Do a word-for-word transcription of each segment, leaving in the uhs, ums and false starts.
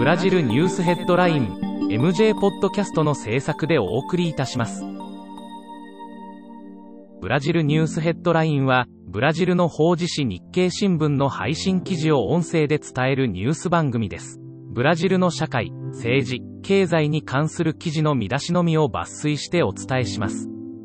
ブラジルニュースヘッドライン エムジェー ポッドキャストの制作でお送りいたします。ブラジルニュースヘッドラインは、ブラジルの法事紙日経新聞の配信記事を音声で伝えるニュース番組です。ブラジルの社会、政治、経済に関する記事の見出しのみを抜粋してお伝えします。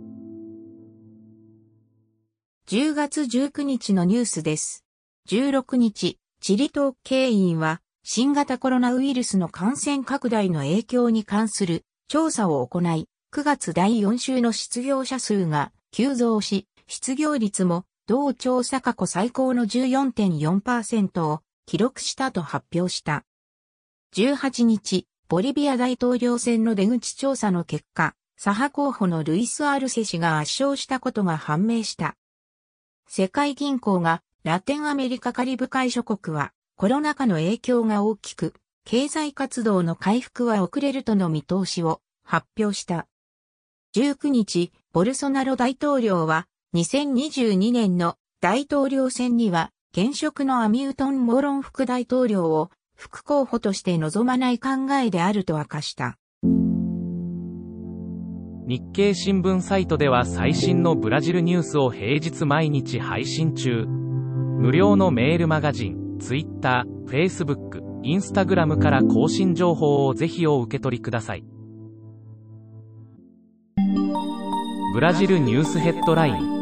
じゅうがつじゅうくにちのニュースです。じゅうろくにち、チリ統計院は新型コロナウイルスの感染拡大の影響に関する調査を行い、くがつだいよん週の失業者数が急増し、失業率も同調査過去最高の じゅうよんてんよんパーセント を記録したと発表した。じゅうはちにち、ボリビア大統領選の出口調査の結果、左派候補のルイス・アルセ氏が圧勝したことが判明した。世界銀行がラテンアメリカカリブ海諸国はコロナ禍の影響が大きく、経済活動の回復は遅れるとの見通しを発表した。じゅうくにち、ボルソナロ大統領はにせんにじゅうにねんの大統領選には現職のアミュートン・モロン副大統領を副候補として臨まない考えであると明かした。 日経新聞サイトでは最新のブラジルニュースを平日毎日配信中。無料のメールマガジン、Twitter、Facebook、Instagram から更新情報をぜひお受け取りください。ブラジルニュースヘッドライン